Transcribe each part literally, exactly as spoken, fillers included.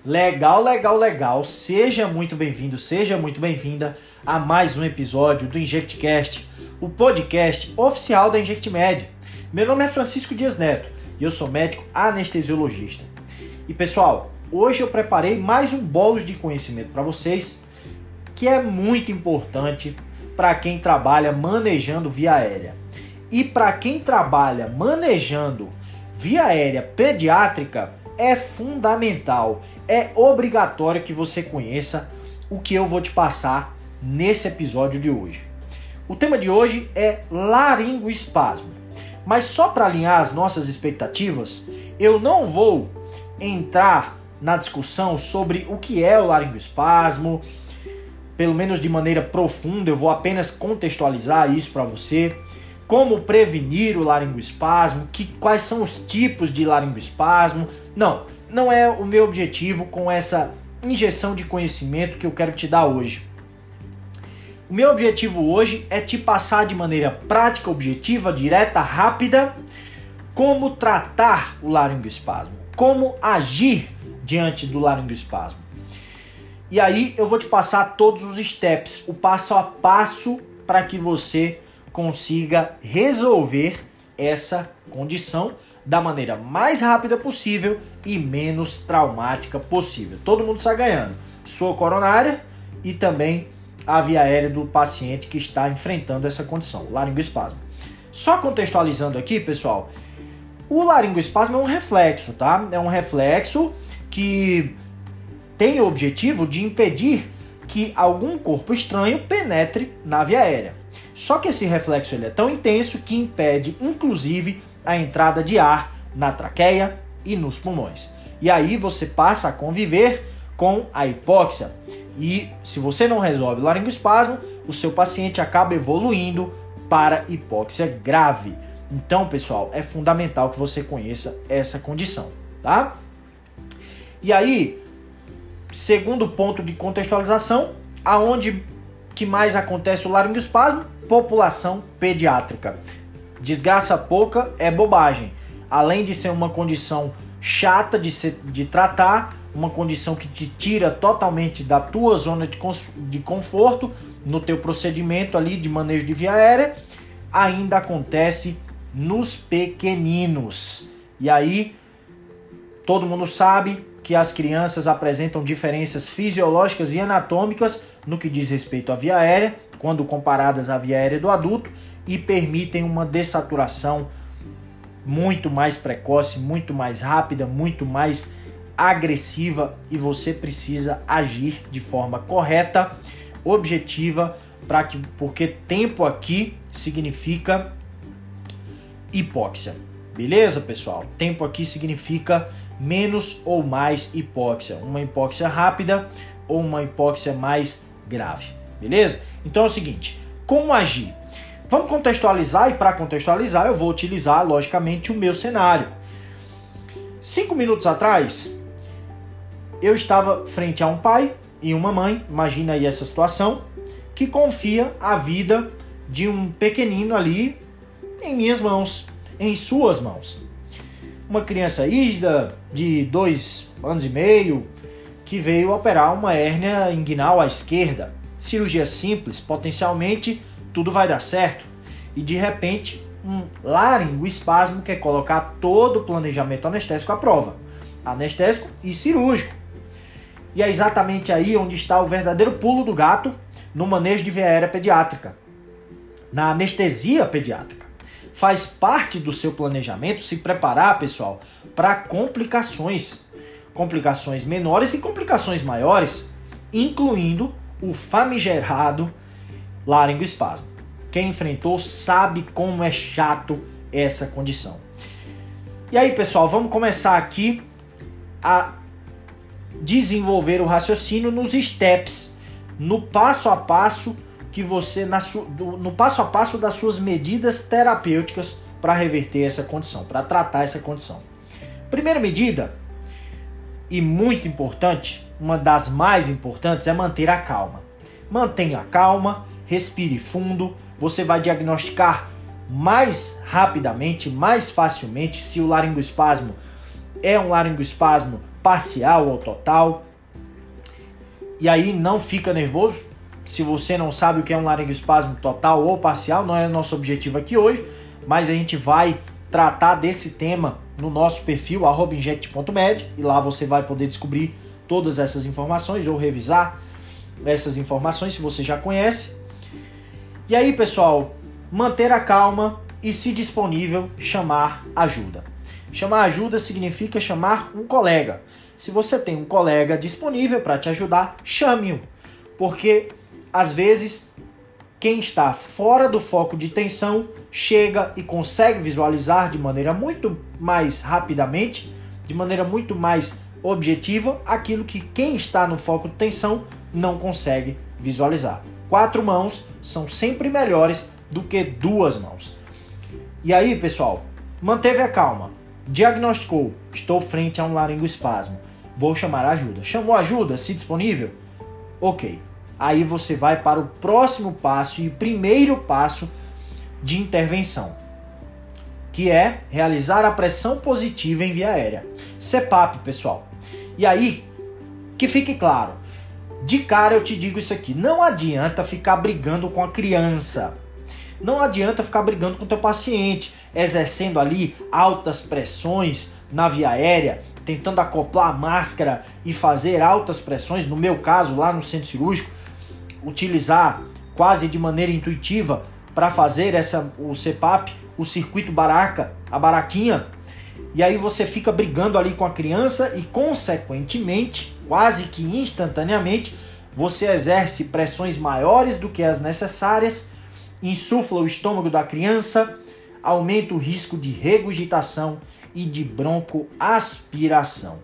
Legal, legal, legal. Seja muito bem-vindo, seja muito bem-vinda a mais um episódio do InjectCast, o podcast oficial da InjectMed. Meu nome é Francisco Dias Neto e eu sou médico anestesiologista. E pessoal, hoje eu preparei mais um bolos de conhecimento para vocês, que é muito importante para quem trabalha manejando via aérea. E para quem trabalha manejando via aérea pediátrica, é fundamental, é obrigatório que você conheça o que eu vou te passar nesse episódio de hoje. O tema de hoje é laringoespasmo, mas só para alinhar as nossas expectativas, eu não vou entrar na discussão sobre o que é o laringoespasmo, pelo menos de maneira profunda. Eu vou apenas contextualizar isso para você, como prevenir o laringoespasmo, que, quais são os tipos de laringoespasmo. Não, não é o meu objetivo com essa injeção de conhecimento que eu quero te dar hoje. O meu objetivo hoje é te passar de maneira prática, objetiva, direta, rápida, como tratar o laringoespasmo, como agir diante do laringoespasmo. E aí eu vou te passar todos os steps, o passo a passo para que você consiga resolver essa condição da maneira mais rápida possível e menos traumática possível. Todo mundo está ganhando. Sua coronária e também a via aérea do paciente que está enfrentando essa condição, o laringoespasmo. Só contextualizando aqui, pessoal, o laringoespasmo é um reflexo, tá? É um reflexo que tem o objetivo de impedir que algum corpo estranho penetre na via aérea. Só que esse reflexo ele é tão intenso que impede, inclusive, a entrada de ar na traqueia e nos pulmões. E aí você passa a conviver com a hipóxia. E se você não resolve o laringoespasmo, o seu paciente acaba evoluindo para hipóxia grave. Então, pessoal, é fundamental que você conheça essa condição, tá? E aí, segundo ponto de contextualização, aonde que mais acontece o laringoespasmo? População pediátrica. Desgraça pouca é bobagem. Além de ser uma condição chata de, ser, de tratar, uma condição que te tira totalmente da tua zona de, de conforto no teu procedimento ali de manejo de via aérea, ainda acontece nos pequeninos. E aí, todo mundo sabe que as crianças apresentam diferenças fisiológicas e anatômicas no que diz respeito à via aérea, quando comparadas à via aérea do adulto, e permitem uma dessaturação muito mais precoce, muito mais rápida, muito mais agressiva, e você precisa agir de forma correta, objetiva, para que, porque tempo aqui significa hipóxia. Beleza, pessoal? Tempo aqui significa menos ou mais hipóxia. Uma hipóxia rápida ou uma hipóxia mais grave. Beleza? Então é o seguinte, como agir? Vamos contextualizar, e para contextualizar eu vou utilizar, logicamente, o meu cenário. Cinco minutos atrás, eu estava frente a um pai e uma mãe, imagina aí essa situação, que confia a vida de um pequenino ali em minhas mãos, em suas mãos. Uma criança rígida de dois anos e meio que veio operar uma hérnia inguinal à esquerda. Cirurgia simples, potencialmente tudo vai dar certo. E de repente, um laringoespasmo quer colocar todo o planejamento anestésico à prova. Anestésico e cirúrgico. E é exatamente aí onde está o verdadeiro pulo do gato no manejo de via aérea pediátrica. Na anestesia pediátrica. Faz parte do seu planejamento se preparar, pessoal, para complicações. Complicações menores e complicações maiores, incluindo o famigerado laringoespasmo. Quem enfrentou sabe como é chato essa condição. E aí, pessoal, vamos começar aqui a desenvolver o raciocínio nos steps, no passo a passo que você na su, do, no passo a passo das suas medidas terapêuticas para reverter essa condição, para tratar essa condição. Primeira medida, e muito importante, uma das mais importantes, é manter a calma. Mantenha a calma, respire fundo, você vai diagnosticar mais rapidamente, mais facilmente se o laringoespasmo é um laringoespasmo parcial ou total. E aí não fica nervoso se você não sabe o que é um laringoespasmo total ou parcial, não é nosso objetivo aqui hoje, mas a gente vai tratar desse tema no nosso perfil arroba inject ponto med, e lá você vai poder descobrir todas essas informações ou revisar essas informações se você já conhece. E aí, pessoal, manter a calma e, se disponível, chamar ajuda. Chamar ajuda significa chamar um colega. Se você tem um colega disponível para te ajudar, chame-o, porque às vezes quem está fora do foco de tensão chega e consegue visualizar de maneira muito mais rapidamente, de maneira muito mais objetiva, aquilo que quem está no foco de tensão não consegue visualizar. Quatro mãos são sempre melhores do que duas mãos. E aí, pessoal, manteve a calma, diagnosticou, estou frente a um laringoespasmo, vou chamar ajuda. Chamou ajuda, se disponível? Ok. Aí você vai para o próximo passo e primeiro passo de intervenção, que é realizar a pressão positiva em via aérea. C PAP, pessoal. E aí, que fique claro, de cara eu te digo isso aqui, não adianta ficar brigando com a criança, não adianta ficar brigando com o teu paciente, exercendo ali altas pressões na via aérea, tentando acoplar a máscara e fazer altas pressões, no meu caso lá no centro cirúrgico, utilizar quase de maneira intuitiva para fazer essa, o C PAP, o circuito baraca, a baraquinha, e aí você fica brigando ali com a criança e, consequentemente, quase que instantaneamente, você exerce pressões maiores do que as necessárias, insufla o estômago da criança, aumenta o risco de regurgitação e de broncoaspiração.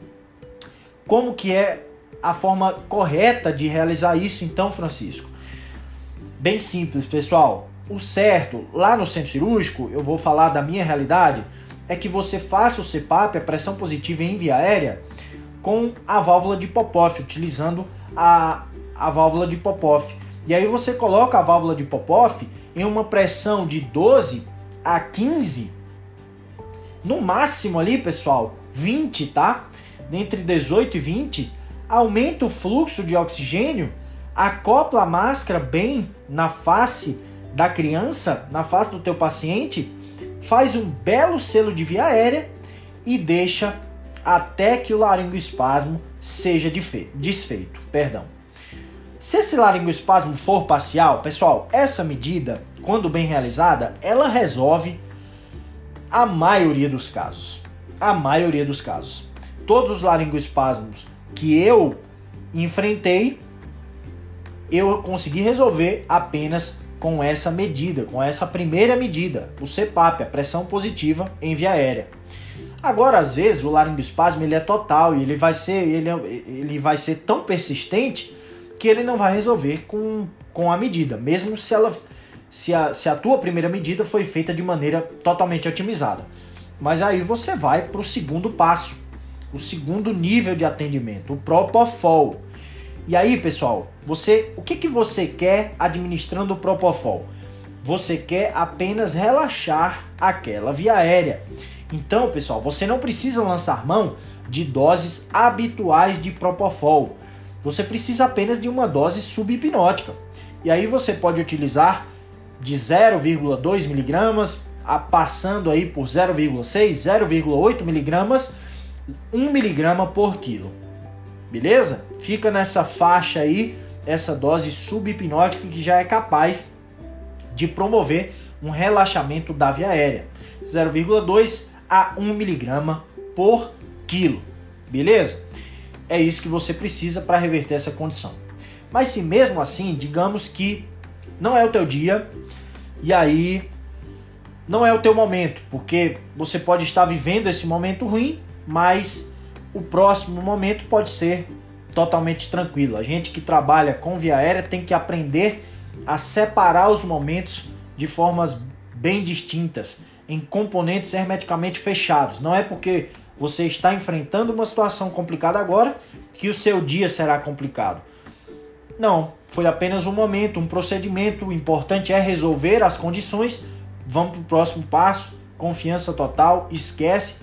Como que é a forma correta de realizar isso, então, Francisco? Bem simples, pessoal. O certo, lá no centro cirúrgico, eu vou falar da minha realidade, é que você faça o C PAP, a pressão positiva em via aérea, com a válvula de Popov, utilizando a, a válvula de Popov. E aí você coloca a válvula de Popov em uma pressão de doze a quinze, no máximo ali, pessoal, vinte, tá? Entre dezoito e vinte, aumenta o fluxo de oxigênio, acopla a máscara bem na face da criança, na face do teu paciente, faz um belo selo de via aérea e deixa até que o laringoespasmo seja desfeito. Perdão. Se esse laringoespasmo for parcial, pessoal, essa medida, quando bem realizada, ela resolve a maioria dos casos. A maioria dos casos. Todos os laringoespasmos que eu enfrentei, eu consegui resolver apenas com essa medida, com essa primeira medida, o C PAP, a pressão positiva em via aérea. Agora, às vezes, o laringoespasmo ele é total e ele vai ser, ele, ele vai ser tão persistente que ele não vai resolver com, com a medida, mesmo se, ela, se, a, se a tua primeira medida foi feita de maneira totalmente otimizada. Mas aí você vai para o segundo passo, o segundo nível de atendimento, o Propofol. E aí, pessoal, você, o que, que você quer administrando o Propofol? Você quer apenas relaxar aquela via aérea. Então, pessoal, você não precisa lançar mão de doses habituais de Propofol. Você precisa apenas de uma dose subhipnótica. E aí você pode utilizar de zero vírgula dois miligramas, passando aí por zero vírgula seis, zero vírgula oito miligramas, um miligrama por quilo. Beleza? Fica nessa faixa aí, essa dose subhipnótica que já é capaz de promover um relaxamento da via aérea. zero vírgula dois a um miligrama por quilo. Beleza? É isso que você precisa para reverter essa condição. Mas se mesmo assim, digamos que não é o teu dia, e aí não é o teu momento, porque você pode estar vivendo esse momento ruim, mas o próximo momento pode ser totalmente tranquilo. A gente que trabalha com via aérea tem que aprender a separar os momentos de formas bem distintas, em componentes hermeticamente fechados. Não é porque você está enfrentando uma situação complicada agora que o seu dia será complicado. Não, foi apenas um momento, um procedimento. O importante é resolver as condições. Vamos para o próximo passo, confiança total, esquece.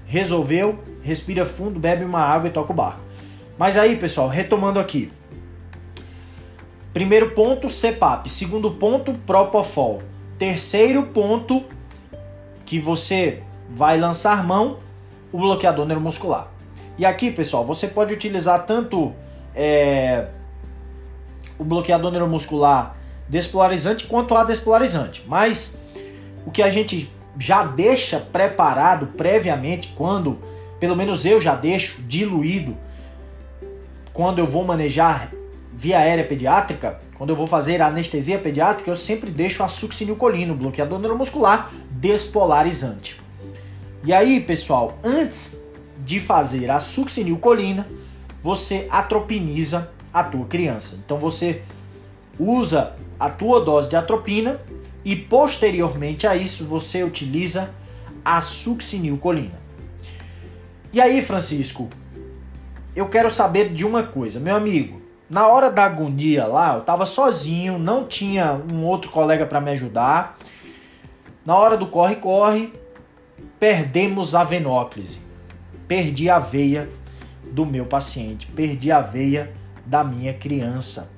resolveu, respira fundo, bebe uma água e toca o barco. Mas aí, pessoal, retomando aqui. Primeiro ponto, C PAP. Segundo ponto, Propofol. Terceiro ponto, que você vai lançar mão, o bloqueador neuromuscular. E aqui, pessoal, você pode utilizar tanto é, o bloqueador neuromuscular despolarizante quanto a despolarizante. Mas o que a gente já deixa preparado previamente, quando, pelo menos eu já deixo diluído, quando eu vou manejar via aérea pediátrica, quando eu vou fazer a anestesia pediátrica, eu sempre deixo a succinilcolina, o bloqueador neuromuscular despolarizante. E aí, pessoal, antes de fazer a succinilcolina, você atropiniza a tua criança. Então você usa a tua dose de atropina e posteriormente a isso você utiliza a succinilcolina. E aí, Francisco, eu quero saber de uma coisa, meu amigo. Na hora da agonia lá, eu estava sozinho, não tinha um outro colega para me ajudar. Na hora do corre-corre, perdemos a venóclise. Perdi a veia do meu paciente, perdi a veia da minha criança.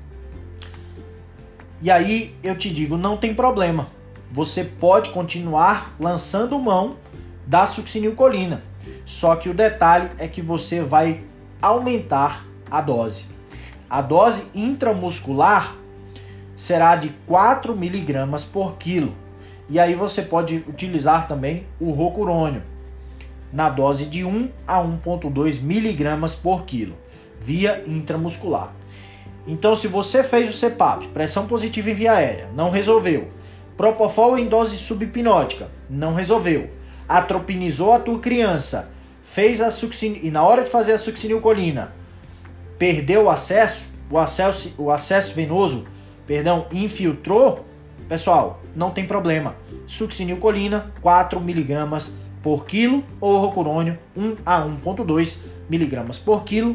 E aí eu te digo, não tem problema. Você pode continuar lançando mão da succinilcolina. Só que o detalhe é que você vai aumentar a dose. A dose intramuscular será de quatro miligramas por quilo. E aí você pode utilizar também o rocurônio na dose de um a um vírgula dois miligramas por quilo, via intramuscular. Então, se você fez o C PAP, pressão positiva em via aérea, não resolveu. Propofol em dose subhipnótica, não resolveu. Atropinizou a tua criança, fez a succin... e na hora de fazer a succinilcolina, perdeu o acesso, o acesso, o acesso venoso, perdão, infiltrou, pessoal, não tem problema. Succinilcolina, quatro miligramas por quilo, ou rocurônio, um a um vírgula dois miligramas por quilo,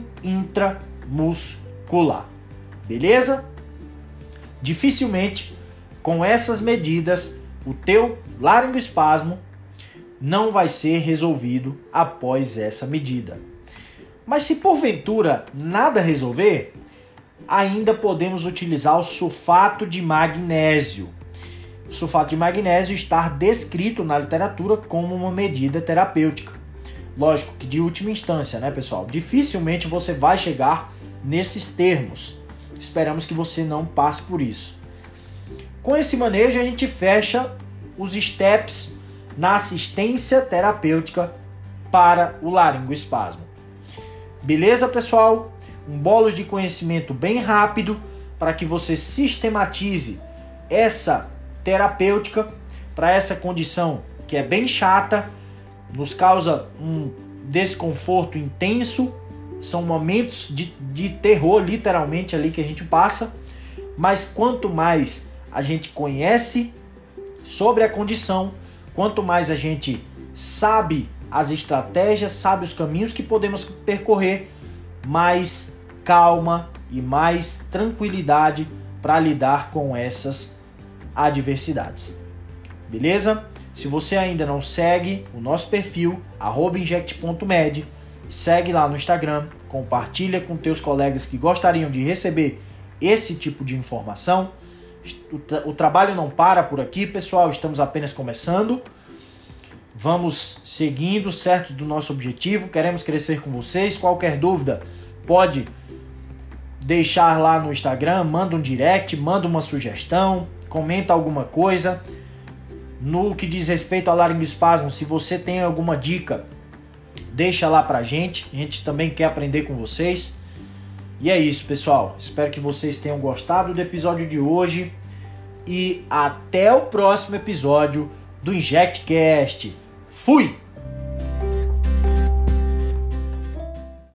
intramuscular. Beleza? Dificilmente, com essas medidas, o teu laringoespasmo não vai ser resolvido após essa medida. Mas se porventura nada resolver, ainda podemos utilizar o sulfato de magnésio. O sulfato de magnésio está descrito na literatura como uma medida terapêutica. Lógico que de última instância, né, pessoal? Dificilmente você vai chegar nesses termos. Esperamos que você não passe por isso. Com esse manejo, a gente fecha os steps na assistência terapêutica para o laringoespasmo. Beleza, pessoal? Um bolo de conhecimento bem rápido para que você sistematize essa terapêutica para essa condição que é bem chata, nos causa um desconforto intenso, são momentos de, de terror literalmente ali que a gente passa, mas quanto mais a gente conhece sobre a condição, quanto mais a gente sabe as estratégias, sabe os caminhos que podemos percorrer, mais calma e mais tranquilidade para lidar com essas adversidades. Beleza? Se você ainda não segue o nosso perfil, arroba inject ponto med, segue lá no Instagram, compartilha com teus colegas que gostariam de receber esse tipo de informação. O, tra- o trabalho não para por aqui, pessoal, estamos apenas começando. Vamos seguindo certos do nosso objetivo, queremos crescer com vocês. Qualquer dúvida pode deixar lá no Instagram, manda um direct, manda uma sugestão, comenta alguma coisa. No que diz respeito ao laringoespasmo, se você tem alguma dica, deixa lá pra gente, a gente também quer aprender com vocês. E é isso, pessoal, espero que vocês tenham gostado do episódio de hoje e até o próximo episódio do InjectCast. Fui!